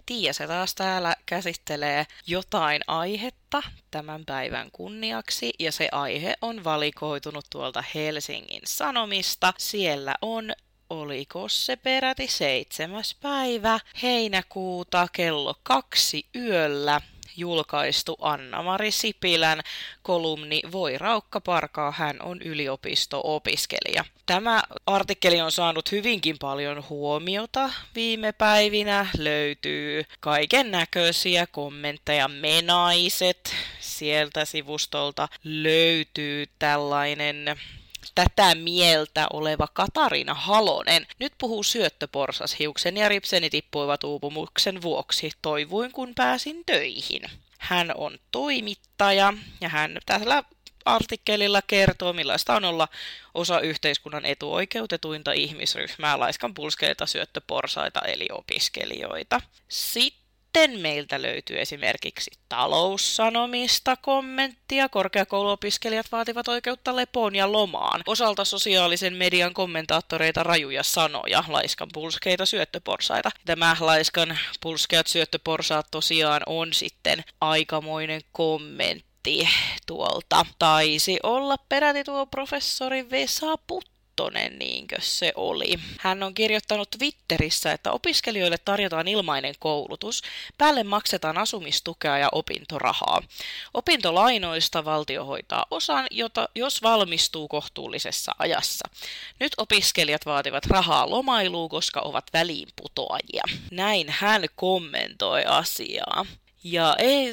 Tiia, se taas täällä käsittelee jotain aihetta tämän päivän kunniaksi, ja se aihe on valikoitunut tuolta Helsingin Sanomista. Siellä on, oliko se peräti 7. päivä heinäkuuta kello 2 yöllä julkaistu Anna-Mari Sipilän kolumni Voi Raukka parkaa, hän on yliopisto-opiskelija. Tämä artikkeli on saanut hyvinkin paljon huomiota viime päivinä. Löytyy kaiken näköisiä kommentteja. Me naiset sieltä sivustolta löytyy tällainen tätä mieltä oleva Katariina Halonen. Nyt puhuu syöttöporsas, hiuksen ja ripseni tippuivat uupumuksen vuoksi. Toivuin kun pääsin töihin. Hän on toimittaja ja hän tällä artikkelilla kertoo, millaista on olla osa yhteiskunnan etuoikeutetuinta ihmisryhmää, laiskan pulskeita syöttöporsaita eli opiskelijoita. Sitten meiltä löytyy esimerkiksi Taloussanomista kommenttia. Korkeakouluopiskelijat vaativat oikeutta lepoon ja lomaan. Osalta sosiaalisen median kommentaattoreita rajuja sanoja. Laiskan pulskeita syöttöporsaita. Tämä laiskan pulskeat syöttöporsaat tosiaan on sitten aikamoinen kommentti tuolta. Taisi olla peräti tuo professori Vesa Puttonen, niinkö se oli. Hän on kirjoittanut Twitterissä, että opiskelijoille tarjotaan ilmainen koulutus, päälle maksetaan asumistukea ja opintorahaa. Opintolainoista valtio hoitaa osan, jos valmistuu kohtuullisessa ajassa. Nyt opiskelijat vaativat rahaa lomailuun, koska ovat väliinputoajia. Näin hän kommentoi asiaa. Ja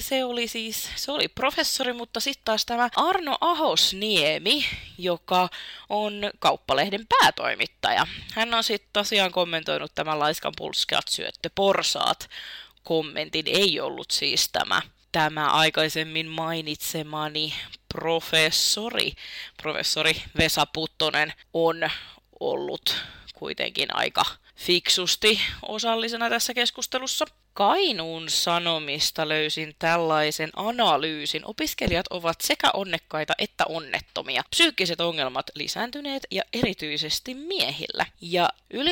se oli professori, mutta sitten taas tämä Arno Ahosniemi, joka on Kauppalehden päätoimittaja. Hän on sitten tosiaan kommentoinut tämän laiskan pulskeat syöttöporsaat. Kommentin ei ollut siis tämä aikaisemmin mainitsemani professori Vesa Puttonen on ollut kuitenkin aika fiksusti osallisena tässä keskustelussa. Kainuun Sanomista löysin tällaisen analyysin. Opiskelijat ovat sekä onnekkaita että onnettomia. Psyykkiset ongelmat lisääntyneet ja erityisesti miehillä. Ja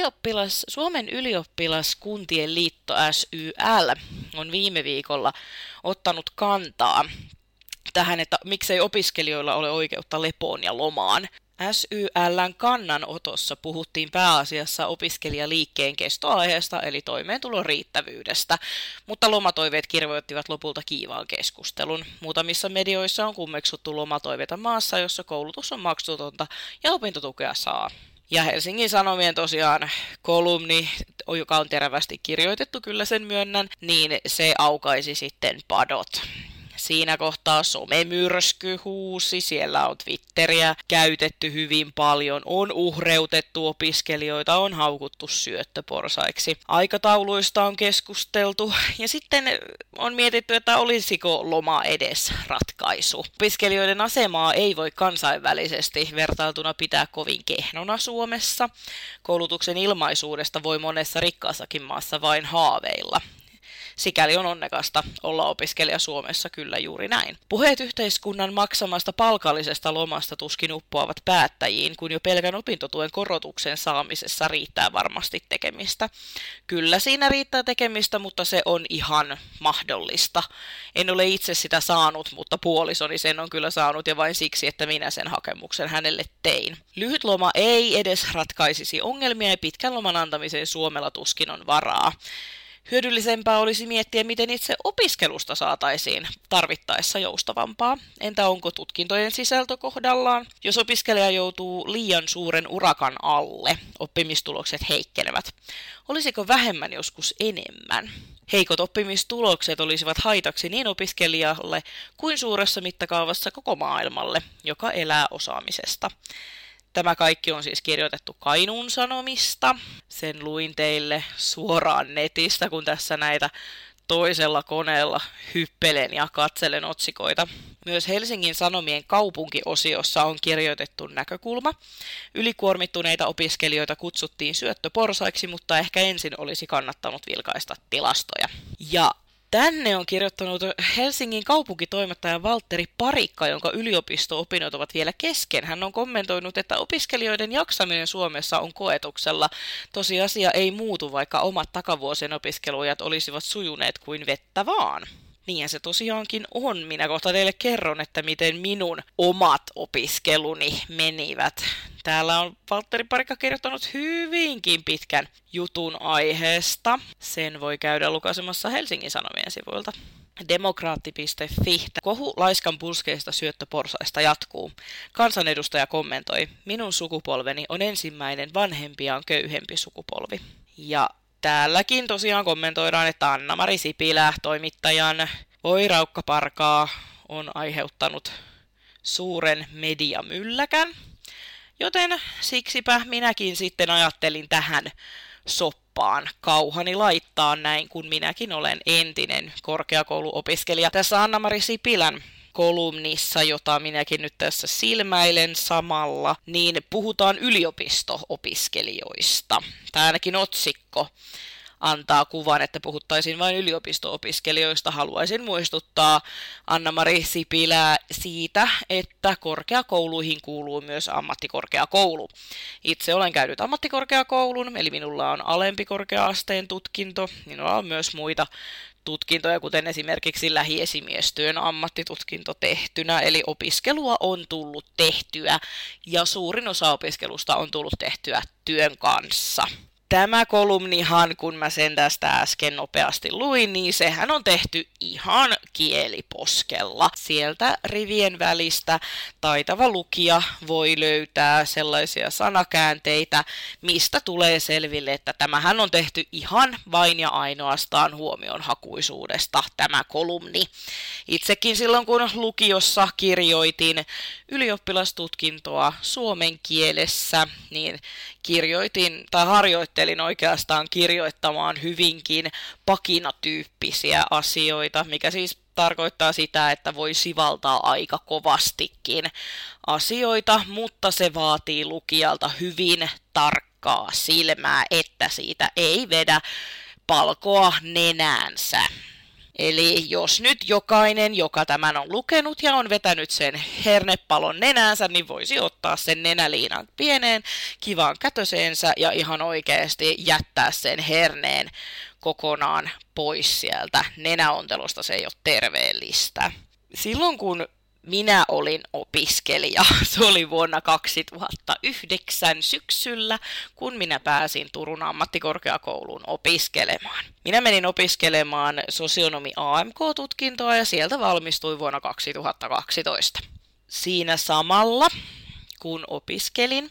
Suomen ylioppilaskuntien liitto SYL on viime viikolla ottanut kantaa tähän, että miksei opiskelijoilla ole oikeutta lepoon ja lomaan. SYL:n kannanotossa puhuttiin pääasiassa opiskelijaliikkeen kestoaiheesta eli toimeentulon riittävyydestä, mutta lomatoiveet kirvoittivat lopulta kiivaan keskustelun. Muutamissa medioissa on kummeksuttu lomatoiveita maassa, jossa koulutus on maksutonta ja opintotukea saa. Ja Helsingin Sanomien tosiaan kolumni, joka on terävästi kirjoitettu, kyllä sen myönnän, niin se aukaisi sitten padot. Siinä kohtaa somemyrsky huusi, siellä on Twitteriä käytetty hyvin paljon, on uhreutettu opiskelijoita, on haukuttu syöttöporsaiksi. Aikatauluista on keskusteltu ja sitten on mietitty, että olisiko loma edes ratkaisu. Opiskelijoiden asemaa ei voi kansainvälisesti vertailtuna pitää kovin kehnona Suomessa. Koulutuksen ilmaisuudesta voi monessa rikkaassakin maassa vain haaveilla. Sikäli on onnekasta olla opiskelija Suomessa, kyllä juuri näin. Puheet yhteiskunnan maksamasta palkallisesta lomasta tuskin uppoavat päättäjiin, kun jo pelkän opintotuen korotuksen saamisessa riittää varmasti tekemistä. Kyllä siinä riittää tekemistä, mutta se on ihan mahdollista. En ole itse sitä saanut, mutta puolisoni sen on kyllä saanut ja vain siksi, että minä sen hakemuksen hänelle tein. Lyhyt loma ei edes ratkaisisi ongelmia ja pitkän loman antamiseen Suomella tuskin on varaa. Hyödyllisempää olisi miettiä, miten itse opiskelusta saataisiin tarvittaessa joustavampaa. Entä onko tutkintojen sisältö kohdallaan? Jos opiskelija joutuu liian suuren urakan alle, oppimistulokset heikkenevät. Olisiko vähemmän joskus enemmän? Heikot oppimistulokset olisivat haitaksi niin opiskelijalle kuin suuressa mittakaavassa koko maailmalle, joka elää osaamisesta. Tämä kaikki on siis kirjoitettu Kainuun Sanomista. Sen luin teille suoraan netistä, kun tässä näitä toisella koneella hyppelen ja katselen otsikoita. Myös Helsingin Sanomien kaupunkiosiossa on kirjoitettu näkökulma. Ylikuormittuneita opiskelijoita kutsuttiin syöttöporsaiksi, mutta ehkä ensin olisi kannattanut vilkaista tilastoja. Ja Tänne on kirjoittanut Helsingin kaupunkitoimittaja Valtteri Parikka, jonka yliopisto-opinnot ovat vielä kesken. Hän on kommentoinut, että opiskelijoiden jaksaminen Suomessa on koetuksella. Tosiasia ei muutu, vaikka omat takavuosien opiskeluajat olisivat sujuneet kuin vettä vaan. Niinhän se tosiaankin on. Minä kohta teille kerron, että miten minun omat opiskeluni menivät. Täällä on Valtteri Parikka kirjoittanut hyvinkin pitkän jutun aiheesta. Sen voi käydä lukaisemassa Helsingin Sanomien sivuilta. Demokraatti.fi. Kohu laiskan pulskeista syöttöporsaista jatkuu. Kansanedustaja kommentoi, minun sukupolveni on ensimmäinen vanhempiaan köyhempi sukupolvi. Ja täälläkin tosiaan kommentoidaan, että Anna-Mari Sipilä, toimittajan voiraukkaparkaa, on aiheuttanut suuren mediamylläkän. Joten siksipä minäkin sitten ajattelin tähän soppaan kauhani laittaa näin, kun minäkin olen entinen korkeakouluopiskelija. Tässä Anna-Mari Sipilän kolumnissa, jota minäkin nyt tässä silmäilen samalla, niin puhutaan yliopisto-opiskelijoista. Tämä ainakin otsikko antaa kuvan, että puhuttaisiin vain yliopisto-opiskelijoista. Haluaisin muistuttaa Anna-Mari Sipilää siitä, että korkeakouluihin kuuluu myös ammattikorkeakoulu. Itse olen käynyt ammattikorkeakoulun, eli minulla on alempi korkea-asteen tutkinto. Minulla on myös muita tutkintoja, kuten esimerkiksi lähiesimiestyön ammattitutkinto tehtynä, eli opiskelua on tullut tehtyä ja suurin osa opiskelusta on tullut tehtyä työn kanssa. Tämä kolumnihan, kun mä sen tästä äsken nopeasti luin, niin sehän on tehty ihan kieliposkella. Sieltä rivien välistä taitava lukija voi löytää sellaisia sanakäänteitä, mistä tulee selville, että tämähän on tehty ihan vain ja ainoastaan huomionhakuisuudesta tämä kolumni. Itsekin silloin, kun lukiossa kirjoitin ylioppilastutkintoa suomen kielessä, niin harjoittelin oikeastaan kirjoittamaan hyvinkin pakinatyyppisiä asioita, mikä siis tarkoittaa sitä, että voi sivaltaa aika kovastikin asioita, mutta se vaatii lukijalta hyvin tarkkaa silmää, että siitä ei vedä palkoa nenäänsä. Eli jos nyt jokainen, joka tämän on lukenut ja on vetänyt sen hernepalon nenäänsä, niin voisi ottaa sen nenäliinan pieneen kivaan kätöseensä ja ihan oikeasti jättää sen herneen kokonaan pois sieltä nenäontelusta. Se ei ole terveellistä. Silloin kun minä olin opiskelija, se oli vuonna 2009 syksyllä, kun minä pääsin Turun ammattikorkeakouluun opiskelemaan. Minä menin opiskelemaan sosionomi AMK-tutkintoa ja sieltä valmistuin vuonna 2012. Siinä samalla, kun opiskelin,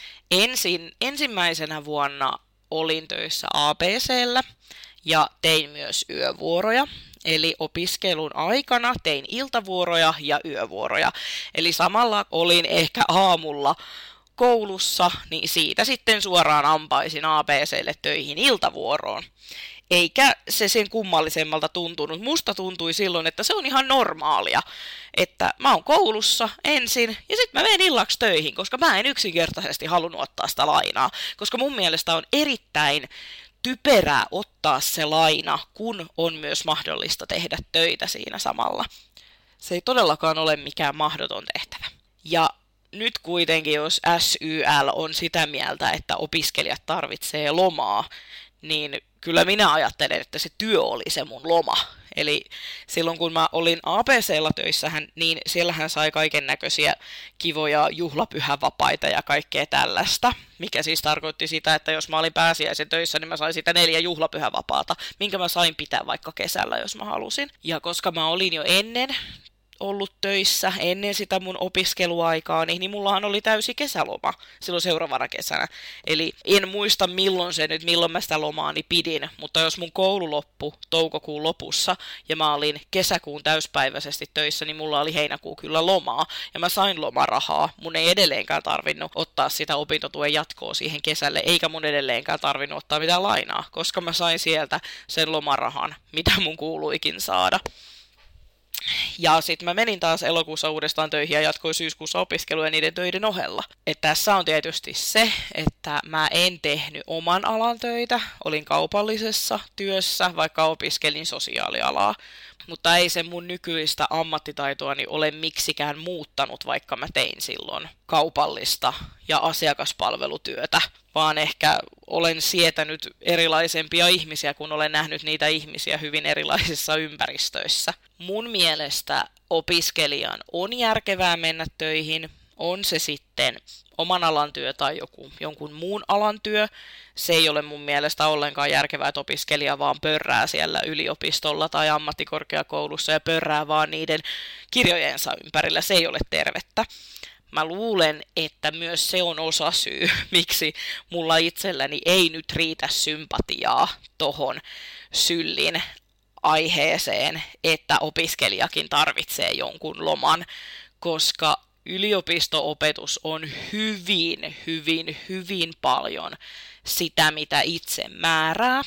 ensimmäisenä vuonna olin töissä ABC:llä ja tein myös yövuoroja. Eli opiskelun aikana tein iltavuoroja ja yövuoroja. Eli samalla olin ehkä aamulla koulussa, niin siitä sitten suoraan ampaisin ABClle töihin iltavuoroon. Eikä se sen kummallisemmalta tuntunut. Musta tuntui silloin, että se on ihan normaalia, että mä oon koulussa ensin ja sitten mä menen illaksi töihin, koska mä en yksinkertaisesti halunnut ottaa sitä lainaa. Koska mun mielestä on erittäin typerää ottaa se laina, kun on myös mahdollista tehdä töitä siinä samalla. Se ei todellakaan ole mikään mahdoton tehtävä. Ja nyt kuitenkin, jos SYL on sitä mieltä, että opiskelijat tarvitsee lomaa, niin kyllä minä ajattelen, että se työ oli se mun loma. Eli silloin kun mä olin ABC:lla töissähän, niin siellähän sai kaiken näköisiä kivoja juhlapyhävapaita ja kaikkea tällaista. Mikä siis tarkoitti sitä, että jos mä olin pääsiäisen töissä, niin mä sain sitä 4 juhlapyhävapaata, minkä mä sain pitää vaikka kesällä, jos mä halusin. Ja koska mä olin jo ennen ollut töissä ennen sitä mun opiskeluaikaa, niin mullahan oli täysi kesäloma silloin seuraavana kesänä. Eli en muista milloin mä sitä lomaani pidin, mutta jos mun koulu loppui toukokuun lopussa ja mä olin kesäkuun täyspäiväisesti töissä, niin mulla oli heinäkuu kyllä lomaa ja mä sain lomarahaa. Mun ei edelleenkään tarvinnut ottaa sitä opintotuen jatkoa siihen kesälle, eikä mun edelleenkään tarvinnut ottaa mitään lainaa, koska mä sain sieltä sen lomarahan, mitä mun kuuluikin saada. Ja sitten mä menin taas elokuussa uudestaan töihin ja jatkoin syyskuussa opiskeluja niiden töiden ohella. Et tässä on tietysti se, että mä en tehnyt oman alan töitä, olin kaupallisessa työssä, vaikka opiskelin sosiaalialaa. Mutta ei se mun nykyistä ammattitaitoani ole miksikään muuttanut, vaikka mä tein silloin kaupallista ja asiakaspalvelutyötä, vaan ehkä olen sietänyt erilaisempia ihmisiä, kun olen nähnyt niitä ihmisiä hyvin erilaisissa ympäristöissä. Mun mielestä opiskelijan on järkevää mennä töihin, on se sitten oman alan työ tai jonkun muun alan työ. Se ei ole mun mielestä ollenkaan järkevää, että opiskelija vaan pörrää siellä yliopistolla tai ammattikorkeakoulussa ja pörrää vaan niiden kirjojensa ympärillä. Se ei ole tervettä. Mä luulen, että myös se on osa syy, miksi mulla itselläni ei nyt riitä sympatiaa tohon syllin aiheeseen, että opiskelijakin tarvitsee jonkun loman, koska yliopisto-opetus on hyvin paljon sitä, mitä itse määrää.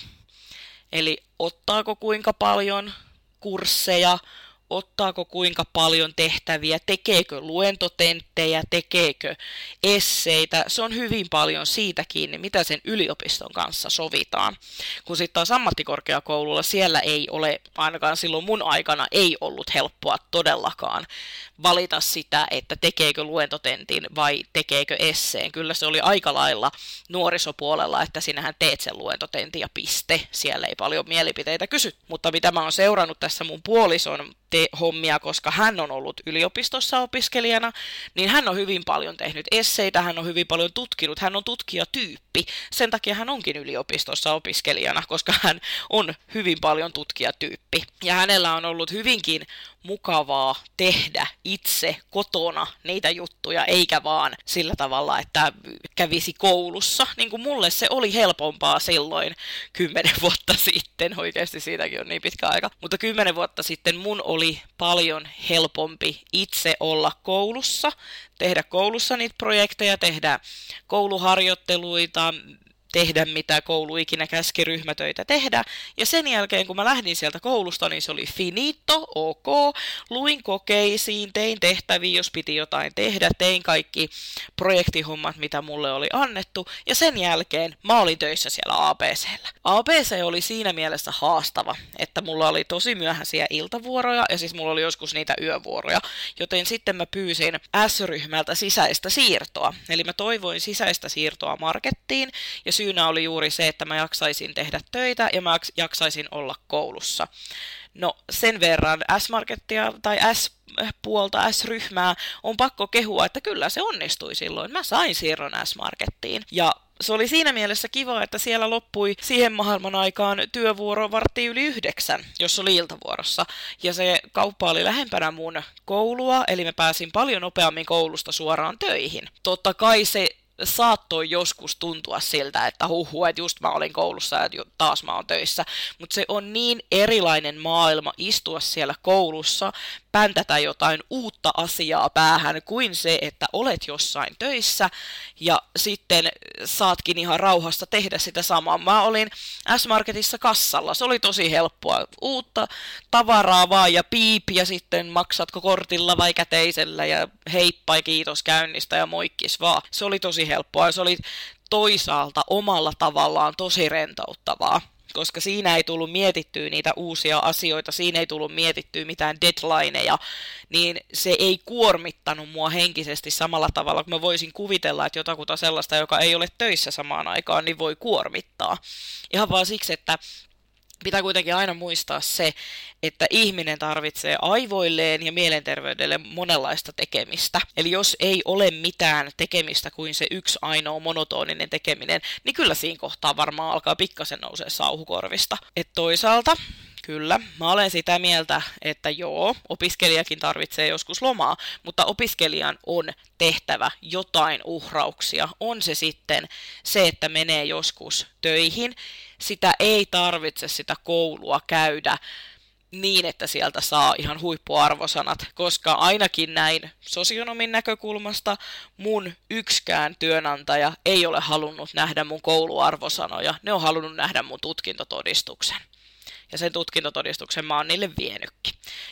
Eli ottaako kuinka paljon kursseja, ottaako kuinka paljon tehtäviä, tekeekö luentotenttejä, tekeekö esseitä. Se on hyvin paljon siitä kiinni, mitä sen yliopiston kanssa sovitaan. Kun sitten taas ammattikorkeakoululla siellä ei ole, ainakaan silloin mun aikana ei ollut helppoa todellakaan valita sitä, että tekeekö luentotentin vai tekeekö esseen. Kyllä se oli aika lailla nuorisopuolella, että sinähän teet sen luentotentin ja piste. Siellä ei paljon mielipiteitä kysy. Mutta mitä mä oon seurannut tässä mun puolison hommia, koska hän on ollut yliopistossa opiskelijana, niin hän on hyvin paljon tehnyt esseitä, hän on hyvin paljon tutkinut, hän on tutkijatyyppi. Sen takia hän onkin yliopistossa opiskelijana, koska hän on hyvin paljon tutkijatyyppi. Ja hänellä on ollut hyvinkin mukavaa tehdä itse kotona niitä juttuja, eikä vaan sillä tavalla, että kävisi koulussa. Niin kuin mulle se oli helpompaa silloin 10 vuotta sitten, oikeasti siitäkin on niin pitkä aika, mutta 10 vuotta sitten mun oli paljon helpompi itse olla koulussa, tehdä koulussa niitä projekteja, tehdä kouluharjoitteluita, tehdä mitä koulu ikinä käski ryhmätöitä tehdä. Ja sen jälkeen, kun mä lähdin sieltä koulusta, niin se oli finito, ok. Luin kokeisiin, tein tehtäviä, jos piti jotain tehdä, tein kaikki projektihommat, mitä mulle oli annettu. Ja sen jälkeen mä olin töissä siellä ABC:llä. ABC oli siinä mielessä haastava, että mulla oli tosi myöhäisiä iltavuoroja, ja siis mulla oli joskus niitä yövuoroja. Joten sitten mä pyysin S-ryhmältä sisäistä siirtoa. Eli mä toivoin sisäistä siirtoa markettiin, ja syynä oli juuri se, että mä jaksaisin tehdä töitä ja mä jaksaisin olla koulussa. No sen verran S-markettia tai S-puolta, S-ryhmää on pakko kehua, että kyllä se onnistui silloin. Mä sain siirron S-markettiin ja se oli siinä mielessä kiva, että siellä loppui siihen maailman aikaan työvuoro 8:45, jos oli iltavuorossa. Ja se kauppa oli lähempänä mun koulua, eli mä pääsin paljon nopeammin koulusta suoraan töihin. Totta kai se saattoi joskus tuntua siltä, että että just mä olin koulussa ja taas mä oon töissä, mutta se on niin erilainen maailma istua siellä koulussa, päntätä jotain uutta asiaa päähän kuin se, että olet jossain töissä ja sitten saatkin ihan rauhassa tehdä sitä samaa. Mä olin S-Marketissa kassalla, se oli tosi helppoa. Uutta tavaraa vaan ja piip ja sitten maksatko kortilla vai käteisellä ja heippa ja kiitos käynnistä ja moikkis vaan. Se oli tosi helppoa ja se oli toisaalta omalla tavallaan tosi rentouttavaa. Koska siinä ei tullut mietittyä niitä uusia asioita, siinä ei tullut mietittyä mitään deadlineja, niin se ei kuormittanut mua henkisesti samalla tavalla, kun mä voisin kuvitella, että jotakuta sellaista, joka ei ole töissä samaan aikaan, niin voi kuormittaa. Ihan vaan siksi, että pitää kuitenkin aina muistaa se, että ihminen tarvitsee aivoilleen ja mielenterveydelle monenlaista tekemistä. Eli jos ei ole mitään tekemistä kuin se yksi ainoa monotoninen tekeminen, niin kyllä siinä kohtaa varmaan alkaa pikkasen nousee sauhukorvista. Et toisaalta, kyllä, mä olen sitä mieltä, että joo, opiskelijakin tarvitsee joskus lomaa, mutta opiskelijan on tehtävä jotain uhrauksia. On se sitten se, että menee joskus töihin. Sitä ei tarvitse sitä koulua käydä niin, että sieltä saa ihan huippuarvosanat, koska ainakin näin sosionomin näkökulmasta mun yksikään työnantaja ei ole halunnut nähdä mun kouluarvosanoja, ne on halunnut nähdä mun tutkintotodistuksen. Ja sen tutkintotodistuksen mä oon niille vienytkin.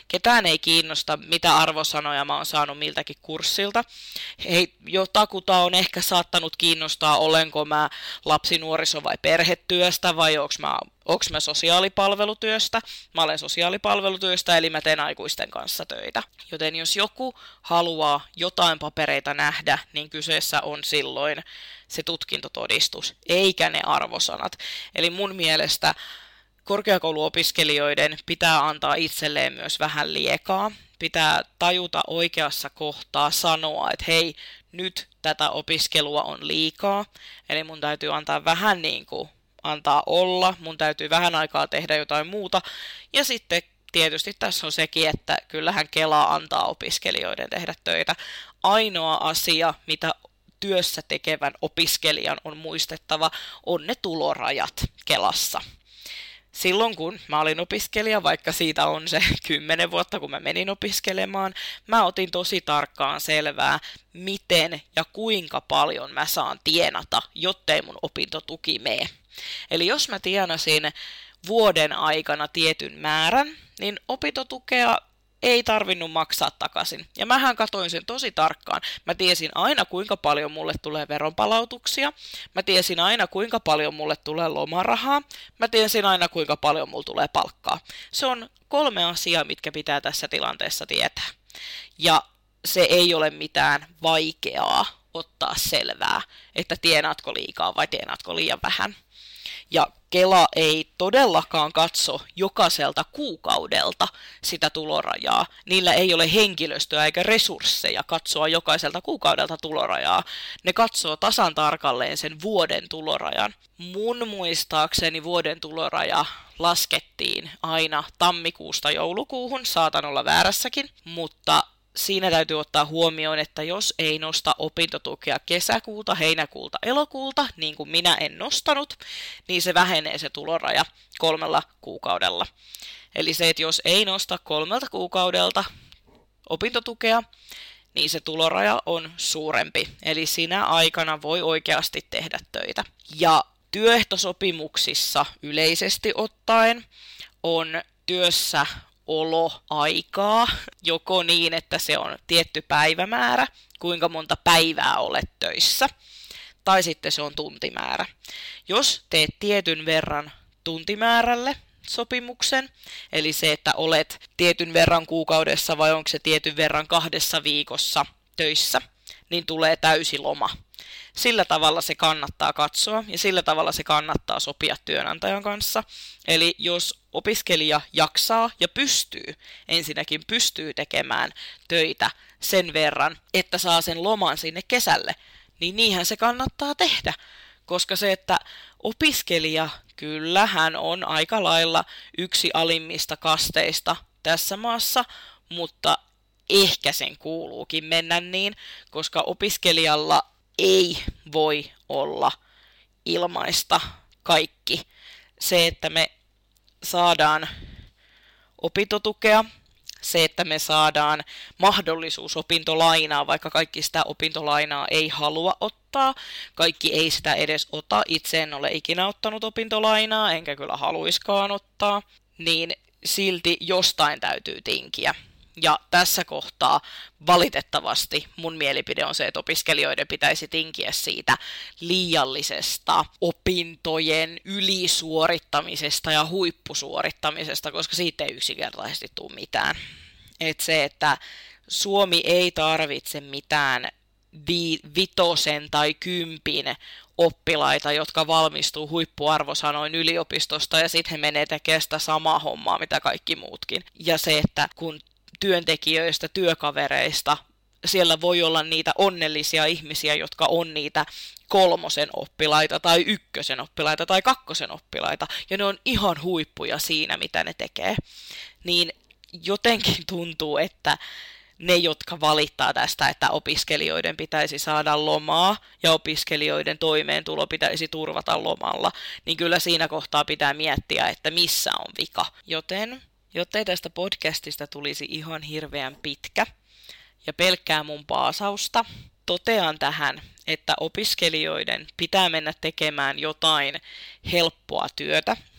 Ketään ei kiinnosta, mitä arvosanoja mä oon saanut miltäkin kurssilta. Hei, jotakuta on ehkä saattanut kiinnostaa, olenko mä lapsi-, nuoriso- vai perhetyöstä, vai onko mä sosiaalipalvelutyöstä. Mä olen sosiaalipalvelutyöstä, eli mä teen aikuisten kanssa töitä. Joten jos joku haluaa jotain papereita nähdä, niin kyseessä on silloin se tutkintotodistus, eikä ne arvosanat. Eli mun mielestä korkeakouluopiskelijoiden pitää antaa itselleen myös vähän liekaa. Pitää tajuta oikeassa kohtaa sanoa, että hei, nyt tätä opiskelua on liikaa. Eli mun täytyy antaa vähän niin kuin antaa olla, mun täytyy vähän aikaa tehdä jotain muuta. Ja sitten tietysti tässä on sekin, että kyllähän Kela antaa opiskelijoiden tehdä töitä. Ainoa asia, mitä työssä tekevän opiskelijan on muistettava, on ne tulorajat Kelassa. Silloin kun mä olin opiskelija, vaikka siitä on se 10 vuotta, kun mä menin opiskelemaan, mä otin tosi tarkkaan selvää, miten ja kuinka paljon mä saan tienata, jottei mun opintotuki mene. Eli jos mä tienasin vuoden aikana tietyn määrän, niin opintotukea ei tarvinnut maksaa takaisin. Ja mähän katoin sen tosi tarkkaan. Mä tiesin aina, kuinka paljon mulle tulee veronpalautuksia. Mä tiesin aina, kuinka paljon mulle tulee lomarahaa. Mä tiesin aina, kuinka paljon mulle tulee palkkaa. Se on 3 asiaa, mitkä pitää tässä tilanteessa tietää. Ja se ei ole mitään vaikeaa ottaa selvää, että tienaatko liikaa vai tienaatko liian vähän. Ja Kela ei todellakaan katso jokaiselta kuukaudelta sitä tulorajaa. Niillä ei ole henkilöstöä eikä resursseja katsoa jokaiselta kuukaudelta tulorajaa. Ne katsoo tasan tarkalleen sen vuoden tulorajan. Mun muistaakseni vuoden tuloraja laskettiin aina tammikuusta joulukuuhun, saatan olla väärässäkin, mutta siinä täytyy ottaa huomioon, että jos ei nosta opintotukea kesäkuulta, heinäkuulta, elokuulta, niin kuin minä en nostanut, niin se vähenee se tuloraja 3 kuukaudella. Eli se, että jos ei nosta 3 kuukaudelta opintotukea, niin se tuloraja on suurempi. Eli sinä aikana voi oikeasti tehdä töitä. Ja työehtosopimuksissa yleisesti ottaen on työssä oloaikaa, joko niin, että se on tietty päivämäärä, kuinka monta päivää olet töissä, tai sitten se on tuntimäärä. Jos teet tietyn verran tuntimäärälle sopimuksen, eli se, että olet tietyn verran kuukaudessa vai onko se tietyn verran 2 viikossa töissä, niin tulee täysi loma. Sillä tavalla se kannattaa katsoa ja sillä tavalla se kannattaa sopia työnantajan kanssa. Eli jos opiskelija jaksaa ja ensinnäkin pystyy tekemään töitä sen verran, että saa sen loman sinne kesälle, niin niinhän se kannattaa tehdä. Koska se, että opiskelija, kyllä hän on aika lailla yksi alimmista kasteista tässä maassa, mutta ehkä sen kuuluukin mennä niin, koska opiskelijalla ei voi olla ilmaista kaikki. Se, että me saadaan opintotukea, se, että me saadaan mahdollisuus opintolainaa, vaikka kaikki sitä opintolainaa ei halua ottaa, kaikki ei sitä edes ota, itse en ole ikinä ottanut opintolainaa, enkä kyllä haluiskaan ottaa, niin silti jostain täytyy tinkiä. Ja tässä kohtaa valitettavasti mun mielipide on se, että opiskelijoiden pitäisi tinkiä siitä liiallisesta opintojen ylisuorittamisesta ja huippusuorittamisesta, koska siitä ei yksinkertaisesti tule mitään. Että se, että Suomi ei tarvitse mitään 5 tai 10 oppilaita, jotka valmistuu huippuarvosanoin yliopistosta ja sitten he menee tekemään sitä samaa hommaa, mitä kaikki muutkin. Ja se, että kun työntekijöistä, työkavereista, siellä voi olla niitä onnellisia ihmisiä, jotka on niitä 3 oppilaita tai 1 oppilaita tai 2 oppilaita, ja ne on ihan huippuja siinä, mitä ne tekee. Niin jotenkin tuntuu, että ne, jotka valittaa tästä, että opiskelijoiden pitäisi saada lomaa ja opiskelijoiden toimeentulo pitäisi turvata lomalla, niin kyllä siinä kohtaa pitää miettiä, että missä on vika. Joten jottei tästä podcastista tulisi ihan hirveän pitkä ja pelkkää mun paasausta, totean tähän, että opiskelijoiden pitää mennä tekemään jotain helppoa työtä,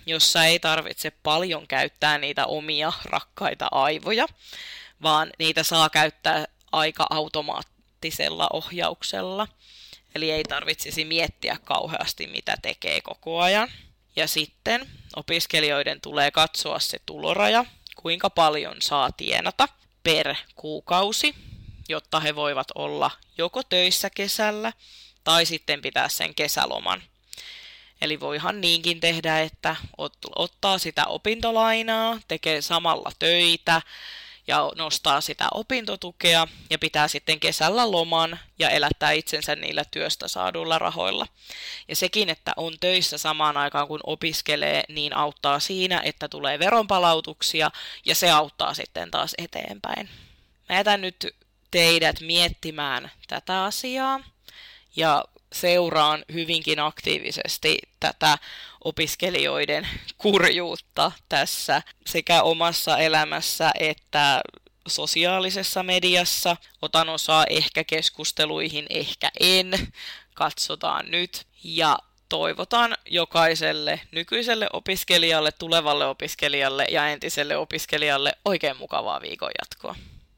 jossa ei tarvitse paljon käyttää niitä omia rakkaita aivoja, vaan niitä saa käyttää aika automaattisella ohjauksella. Eli ei tarvitsisi miettiä kauheasti, mitä tekee koko ajan. Ja sitten opiskelijoiden tulee katsoa se tuloraja, kuinka paljon saa tienata per kuukausi, jotta he voivat olla joko töissä kesällä tai sitten pitää sen kesäloman. Eli voihan niinkin tehdä, että ottaa sitä opintolainaa, tekee samalla töitä ja nostaa sitä opintotukea ja pitää sitten kesällä loman ja elättää itsensä niillä työstä saaduilla rahoilla. Ja sekin, että on töissä samaan aikaan kun opiskelee, niin auttaa siinä, että tulee veronpalautuksia ja se auttaa sitten taas eteenpäin. Mä jätän nyt teidät miettimään tätä asiaa ja seuraan hyvinkin aktiivisesti tätä opiskelijoiden kurjuutta tässä sekä omassa elämässä että sosiaalisessa mediassa. Otan osaa ehkä keskusteluihin, ehkä en. Katsotaan nyt. Ja toivotan jokaiselle nykyiselle opiskelijalle, tulevalle opiskelijalle ja entiselle opiskelijalle oikein mukavaa viikon jatkoa.